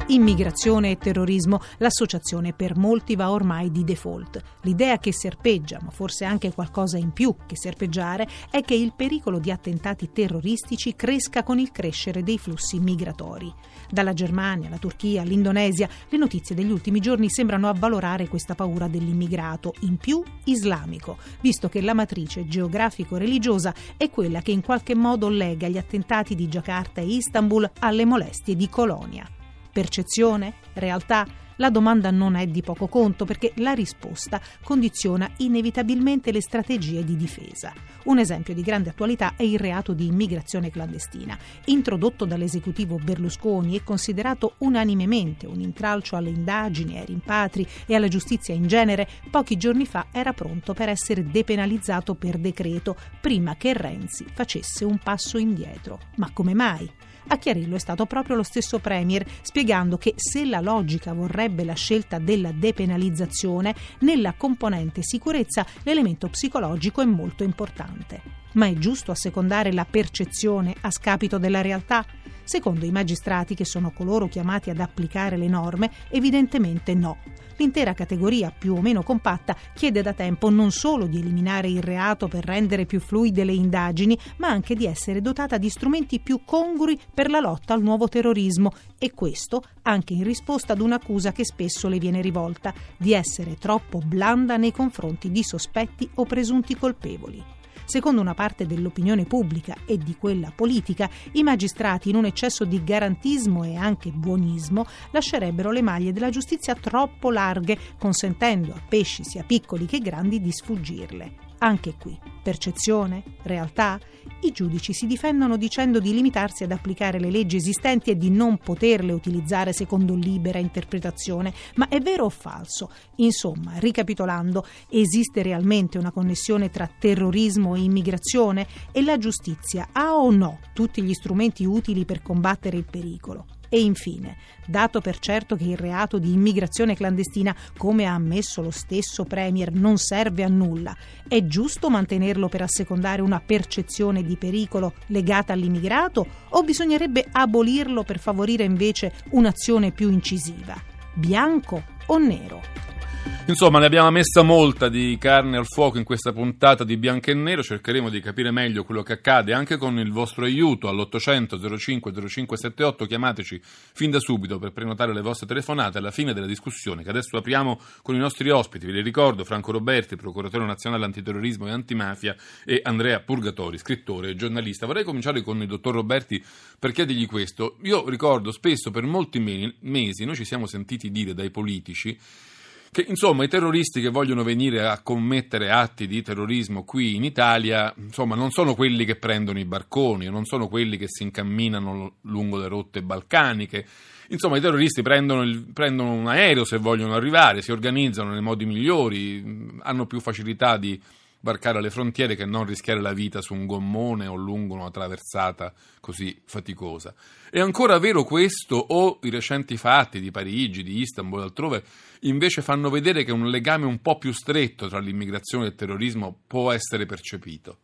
Immigrazione e terrorismo, l'associazione per molti va ormai di default. L'idea che serpeggia, ma forse anche qualcosa in più che serpeggiare, è che il pericolo di attentati terroristici cresca con il crescere dei flussi migratori. Dalla Germania, la Turchia, l'Indonesia, le notizie degli ultimi giorni sembrano avvalorare questa paura dell'immigrato, in più islamico, visto che la matrice geografico-religiosa è quella che in qualche modo lega gli attentati di Giacarta e Istanbul alle molestie di Colonia. Percezione? Realtà? La domanda non è di poco conto, perché la risposta condiziona inevitabilmente le strategie di difesa. Un esempio di grande attualità è il reato di immigrazione clandestina. Introdotto dall'esecutivo Berlusconi e considerato unanimemente un intralcio alle indagini, ai rimpatri e alla giustizia in genere, pochi giorni fa era pronto per essere depenalizzato per decreto, prima che Renzi facesse un passo indietro. Ma come mai? A chiarirlo è stato proprio lo stesso Premier, spiegando che se la logica vorrebbe la scelta della depenalizzazione, nella componente sicurezza l'elemento psicologico è molto importante. Ma è giusto assecondare la percezione a scapito della realtà? Secondo i magistrati, che sono coloro chiamati ad applicare le norme, evidentemente no. L'intera categoria, più o meno compatta, chiede da tempo non solo di eliminare il reato per rendere più fluide le indagini, ma anche di essere dotata di strumenti più congrui per la lotta al nuovo terrorismo, e questo anche in risposta ad un'accusa che spesso le viene rivolta, di essere troppo blanda nei confronti di sospetti o presunti colpevoli. Secondo una parte dell'opinione pubblica e di quella politica, i magistrati, in un eccesso di garantismo e anche buonismo, lascerebbero le maglie della giustizia troppo larghe, consentendo a pesci sia piccoli che grandi di sfuggirle. Anche qui, percezione? Realtà? I giudici si difendono dicendo di limitarsi ad applicare le leggi esistenti e di non poterle utilizzare secondo libera interpretazione. Ma è vero o falso? Insomma, ricapitolando, esiste realmente una connessione tra terrorismo e immigrazione? E la giustizia ha o no tutti gli strumenti utili per combattere il pericolo? E infine, dato per certo che il reato di immigrazione clandestina, come ha ammesso lo stesso Premier, non serve a nulla, è giusto mantenerlo per assecondare una percezione di pericolo legata all'immigrato, o bisognerebbe abolirlo per favorire invece un'azione più incisiva? Bianco o nero? Insomma, ne abbiamo messa molta di carne al fuoco in questa puntata di Bianco e Nero. Cercheremo di capire meglio quello che accade anche con il vostro aiuto all'800 05 0578. Chiamateci fin da subito per prenotare le vostre telefonate alla fine della discussione che adesso apriamo con i nostri ospiti. Vi ricordo: Franco Roberti, procuratore nazionale antiterrorismo e antimafia, e Andrea Purgatori, scrittore e giornalista. Vorrei cominciare con il dottor Roberti per chiedergli questo. Io ricordo spesso, per molti mesi, noi ci siamo sentiti dire dai politici che insomma i terroristi che vogliono venire a commettere atti di terrorismo qui in Italia, insomma, non sono quelli che prendono i barconi, non sono quelli che si incamminano lungo le rotte balcaniche. Insomma, i terroristi prendono un aereo se vogliono arrivare, si organizzano nei modi migliori, hanno più facilità di varcare le frontiere che non rischiare la vita su un gommone o lungo una traversata così faticosa. È ancora vero questo, o i recenti fatti di Parigi, di Istanbul e altrove invece fanno vedere che un legame un po' più stretto tra l'immigrazione e il terrorismo può essere percepito?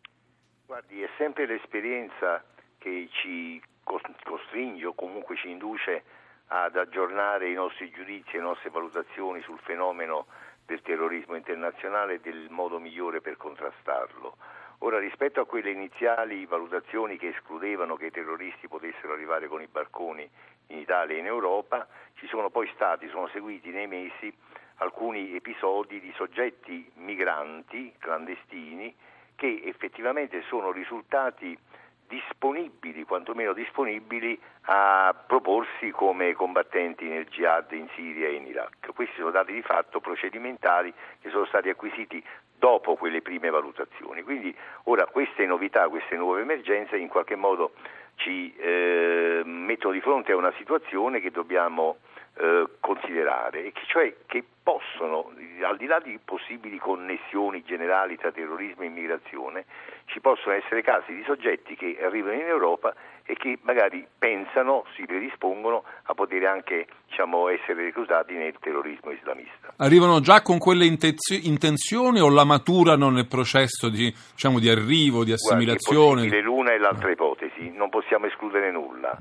Guardi, è sempre l'esperienza che ci costringe o comunque ci induce ad aggiornare i nostri giudizi e le nostre valutazioni sul fenomeno del terrorismo internazionale e del modo migliore per contrastarlo. Ora, rispetto a quelle iniziali valutazioni che escludevano che i terroristi potessero arrivare con i barconi in Italia e in Europa, sono seguiti nei mesi alcuni episodi di soggetti migranti clandestini che effettivamente sono risultati disponibili, quantomeno disponibili a proporsi come combattenti nel jihad in Siria e in Iraq. Questi sono dati di fatto procedimentali che sono stati acquisiti dopo quelle prime valutazioni. Quindi ora queste novità, queste nuove emergenze in qualche modo ci mettono di fronte a una situazione che dobbiamo considerare, e cioè che possono, al di là di possibili connessioni generali tra terrorismo e immigrazione, ci possono essere casi di soggetti che arrivano in Europa e che magari pensano, si predispongono a poter anche essere reclutati nel terrorismo islamista. Arrivano già con quelle intenzioni o la maturano nel processo di arrivo, di assimilazione? Guardi, è possibile l'una e l'altra ipotesi, non possiamo escludere nulla.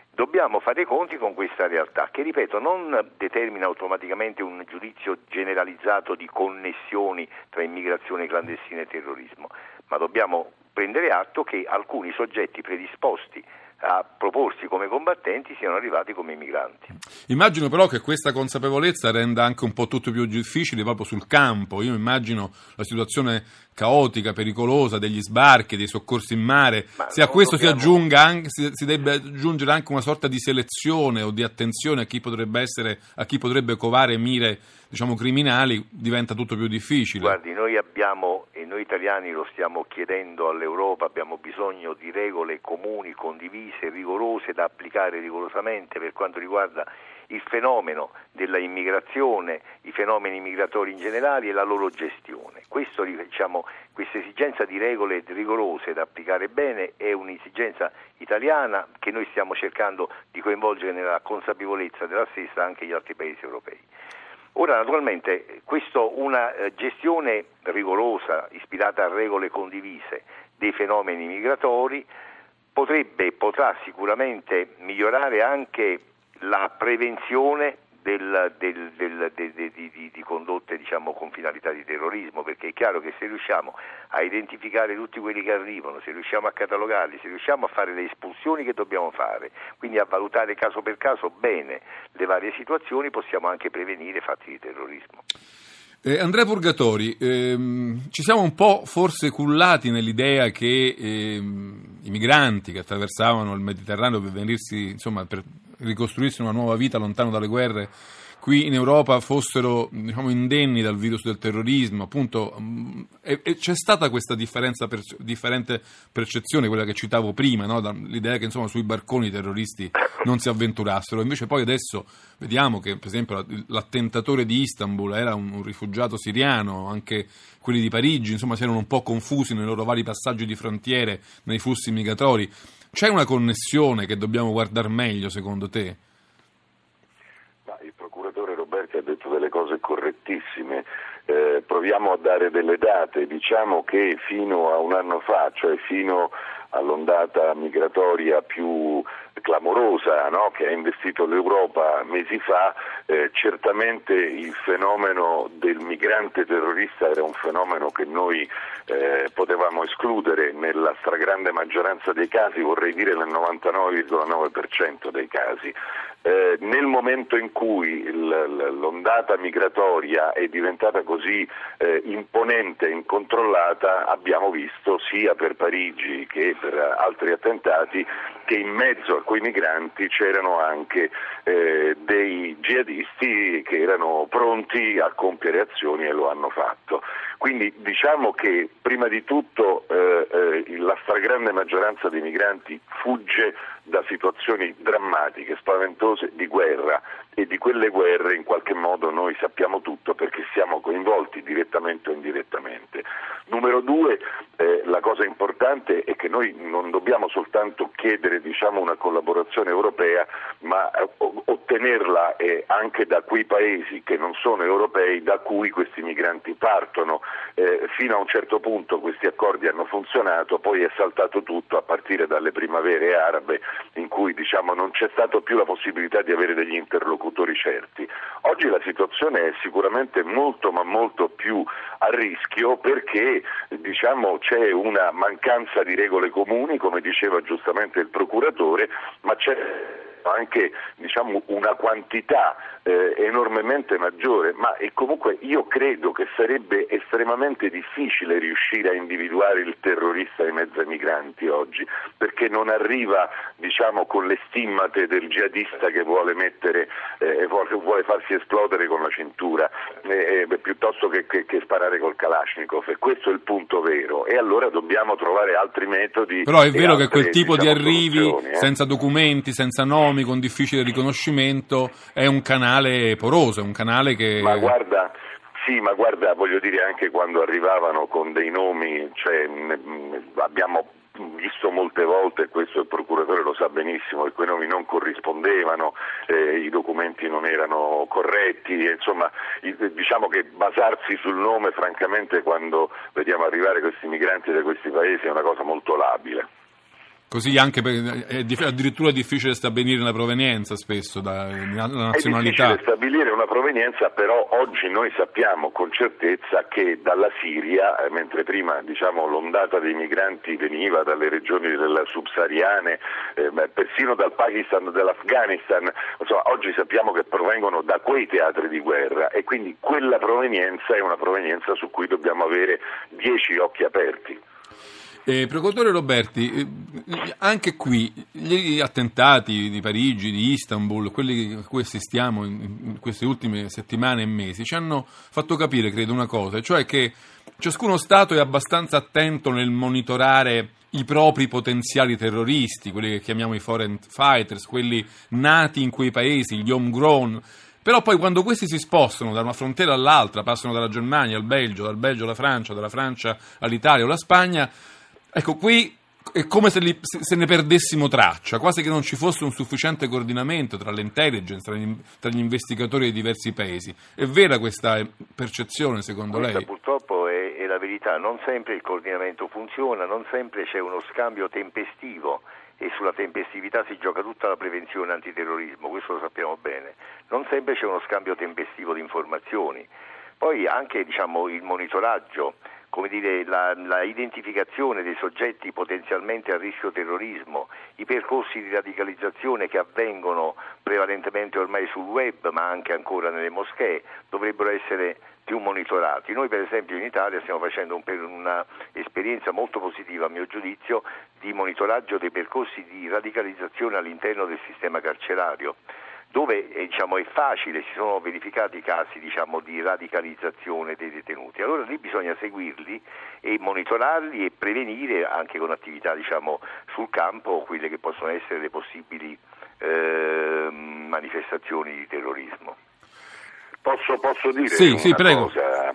Dobbiamo fare i conti con questa realtà che, ripeto, non determina automaticamente un giudizio generalizzato di connessioni tra immigrazione clandestina e terrorismo, ma dobbiamo prendere atto che alcuni soggetti predisposti a proporsi come combattenti siano arrivati come migranti. Immagino però che questa consapevolezza renda anche un po' tutto più difficile proprio sul campo. Io immagino la situazione caotica, pericolosa degli sbarchi, dei soccorsi in mare. Se a questo si debba aggiungere anche una sorta di selezione o di attenzione a chi potrebbe covare mire, diciamo, criminali, diventa tutto più difficile. Guardi, noi italiani lo stiamo chiedendo all'Europa, abbiamo bisogno di regole comuni, condivise, rigorose, da applicare rigorosamente per quanto riguarda il fenomeno della immigrazione, i fenomeni migratori in generale e la loro gestione. Questa esigenza di regole rigorose da applicare bene è un'esigenza italiana che noi stiamo cercando di coinvolgere nella consapevolezza della stessa anche gli altri paesi europei. Ora, naturalmente, una gestione rigorosa, ispirata a regole condivise dei fenomeni migratori, potrà sicuramente migliorare anche la prevenzione di condotte, diciamo, con finalità di terrorismo, perché è chiaro che se riusciamo a identificare tutti quelli che arrivano, se riusciamo a catalogarli, se riusciamo a fare le espulsioni che dobbiamo fare, quindi a valutare caso per caso bene le varie situazioni, possiamo anche prevenire fatti di terrorismo. Andrea Purgatori, ci siamo un po' forse cullati nell'idea che i migranti che attraversavano il Mediterraneo per ricostruirsi una nuova vita lontano dalle guerre qui in Europa fossero, diciamo, indenni dal virus del terrorismo, appunto, e c'è stata questa differente percezione, quella che citavo prima, no? L'idea che, insomma, sui barconi i terroristi non si avventurassero. Invece poi adesso vediamo che, per esempio, l'attentatore di Istanbul era un rifugiato siriano, anche quelli di Parigi, insomma, si erano un po' confusi nei loro vari passaggi di frontiere, nei flussi migratori. C'è una connessione che dobbiamo guardare meglio, secondo te? Il procuratore Roberti ha detto delle cose correttissime. Proviamo a dare delle date. Diciamo che fino a un anno fa, cioè fino all'ondata migratoria più clamorosa, no, che ha investito l'Europa mesi fa, certamente il fenomeno del migrante terrorista era un fenomeno che noi potevamo escludere nella stragrande maggioranza dei casi, vorrei dire nel 99,9% dei casi. Nel momento in cui l'ondata migratoria è diventata così imponente e incontrollata, abbiamo visto sia per Parigi che per altri attentati che in mezzo a quei migranti c'erano anche dei jihadisti che erano pronti a compiere azioni e lo hanno fatto. Quindi diciamo che prima di tutto la stragrande maggioranza dei migranti fugge da situazioni drammatiche, spaventose di guerra, e di quelle guerre in qualche modo noi sappiamo tutto perché siamo coinvolti direttamente o indirettamente. Numero 2, la cosa importante è che noi non dobbiamo soltanto chiedere, diciamo, una collaborazione europea, ma ottenerla anche da quei paesi che non sono europei da cui questi migranti partono. Fino a un certo punto questi accordi hanno funzionato, poi è saltato tutto a partire dalle primavere arabe, in cui, diciamo, non c'è stato più la possibilità di avere degli interlocutori certi. Oggi la situazione è sicuramente molto ma molto più a rischio perché, diciamo, c'è una mancanza di regole comuni, come diceva giustamente il procuratore, ma c'è anche, diciamo, una quantità enormemente maggiore, ma comunque io credo che sarebbe estremamente difficile riuscire a individuare il terrorista in mezzo ai migranti oggi, perché non arriva, diciamo, con le stimmate del jihadista che vuole vuole farsi esplodere con la cintura piuttosto che sparare col Kalashnikov, e questo è il punto vero, e allora dobbiamo trovare altri metodi. Però è vero che quel tipo, diciamo, di arrivi senza documenti, senza nomi, con difficile riconoscimento, è un canale poroso, è un canale che... Ma guarda, voglio dire, anche quando arrivavano con dei nomi, cioè abbiamo visto molte volte, questo il procuratore lo sa benissimo, che quei nomi non corrispondevano, i documenti non erano corretti, insomma, diciamo che basarsi sul nome, francamente, quando vediamo arrivare questi migranti da questi paesi è una cosa molto labile. Così anche è addirittura difficile stabilire la provenienza spesso, la nazionalità. È difficile stabilire una provenienza, però oggi noi sappiamo con certezza che dalla Siria, mentre prima l'ondata dei migranti veniva dalle regioni della subsahariane, persino dal Pakistan, dall'Afghanistan, oggi sappiamo che provengono da quei teatri di guerra e quindi quella provenienza è una provenienza su cui dobbiamo avere 10 occhi aperti. Procuratore Roberti, anche qui gli attentati di Parigi, di Istanbul, quelli a cui assistiamo in queste ultime settimane e mesi, ci hanno fatto capire, credo, una cosa, cioè che ciascuno Stato è abbastanza attento nel monitorare i propri potenziali terroristi, quelli che chiamiamo i foreign fighters, quelli nati in quei paesi, gli homegrown. Però poi quando questi si spostano da una frontiera all'altra, passano dalla Germania al Belgio, dal Belgio alla Francia, dalla Francia all'Italia o alla Spagna, ecco, qui è come se ne perdessimo traccia, quasi che non ci fosse un sufficiente coordinamento tra l'intelligence, tra gli investigatori dei diversi paesi. È vera questa percezione, secondo lei? Purtroppo è la verità, non sempre il coordinamento funziona, non sempre c'è uno scambio tempestivo e sulla tempestività si gioca tutta la prevenzione antiterrorismo, questo lo sappiamo bene. Non sempre c'è uno scambio tempestivo di informazioni. Poi anche il monitoraggio, la identificazione dei soggetti potenzialmente a rischio terrorismo, i percorsi di radicalizzazione che avvengono prevalentemente ormai sul web, ma anche ancora nelle moschee, dovrebbero essere più monitorati. Noi per esempio in Italia stiamo facendo una esperienza molto positiva, a mio giudizio, di monitoraggio dei percorsi di radicalizzazione all'interno del sistema carcerario, dove è facile, si sono verificati casi di radicalizzazione dei detenuti. Allora lì bisogna seguirli e monitorarli e prevenire anche con attività sul campo quelle che possono essere le possibili manifestazioni di terrorismo. Posso dire sì, prego. Cosa?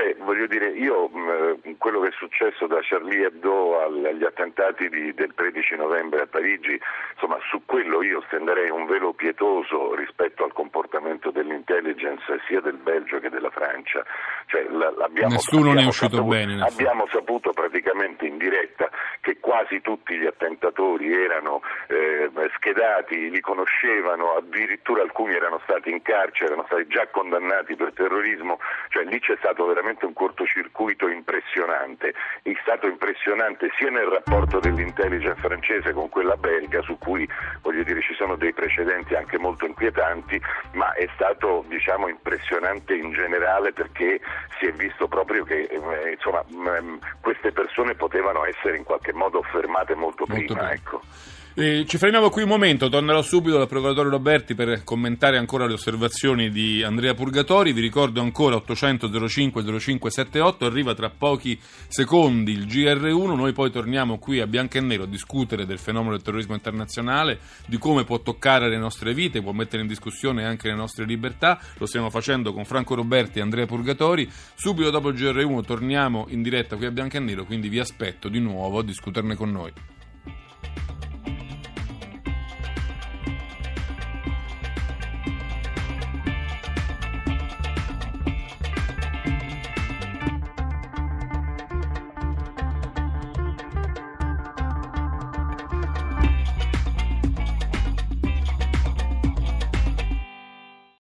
Io quello che è successo da Charlie Hebdo agli attentati del 13 novembre a Parigi, su quello io stenderei un velo pietoso rispetto al comportamento dell'intelligence sia del Belgio che della Francia. Nessuno ne è uscito bene. Abbiamo saputo praticamente in diretta che quasi tutti gli attentatori erano schedati, li conoscevano, addirittura alcuni erano stati in carcere, erano stati già condannati per terrorismo, lì c'è stato veramente un cortocircuito impressionante. È stato impressionante sia nel rapporto dell'intelligence francese con quella belga, su cui ci sono dei precedenti anche molto inquietanti, ma è stato impressionante in generale perché si è visto proprio che queste persone potevano essere in qualche modo fermate molto prima. Ecco. Ci fermiamo qui un momento, tornerò subito dal procuratore Roberti per commentare ancora le osservazioni di Andrea Purgatori. Vi ricordo ancora 800 05 0578, arriva tra pochi secondi il GR1, noi poi torniamo qui a Bianco e Nero a discutere del fenomeno del terrorismo internazionale, di come può toccare le nostre vite, può mettere in discussione anche le nostre libertà. Lo stiamo facendo con Franco Roberti e Andrea Purgatori. Subito dopo il GR1 torniamo in diretta qui a Bianco e Nero, quindi vi aspetto di nuovo a discuterne con noi.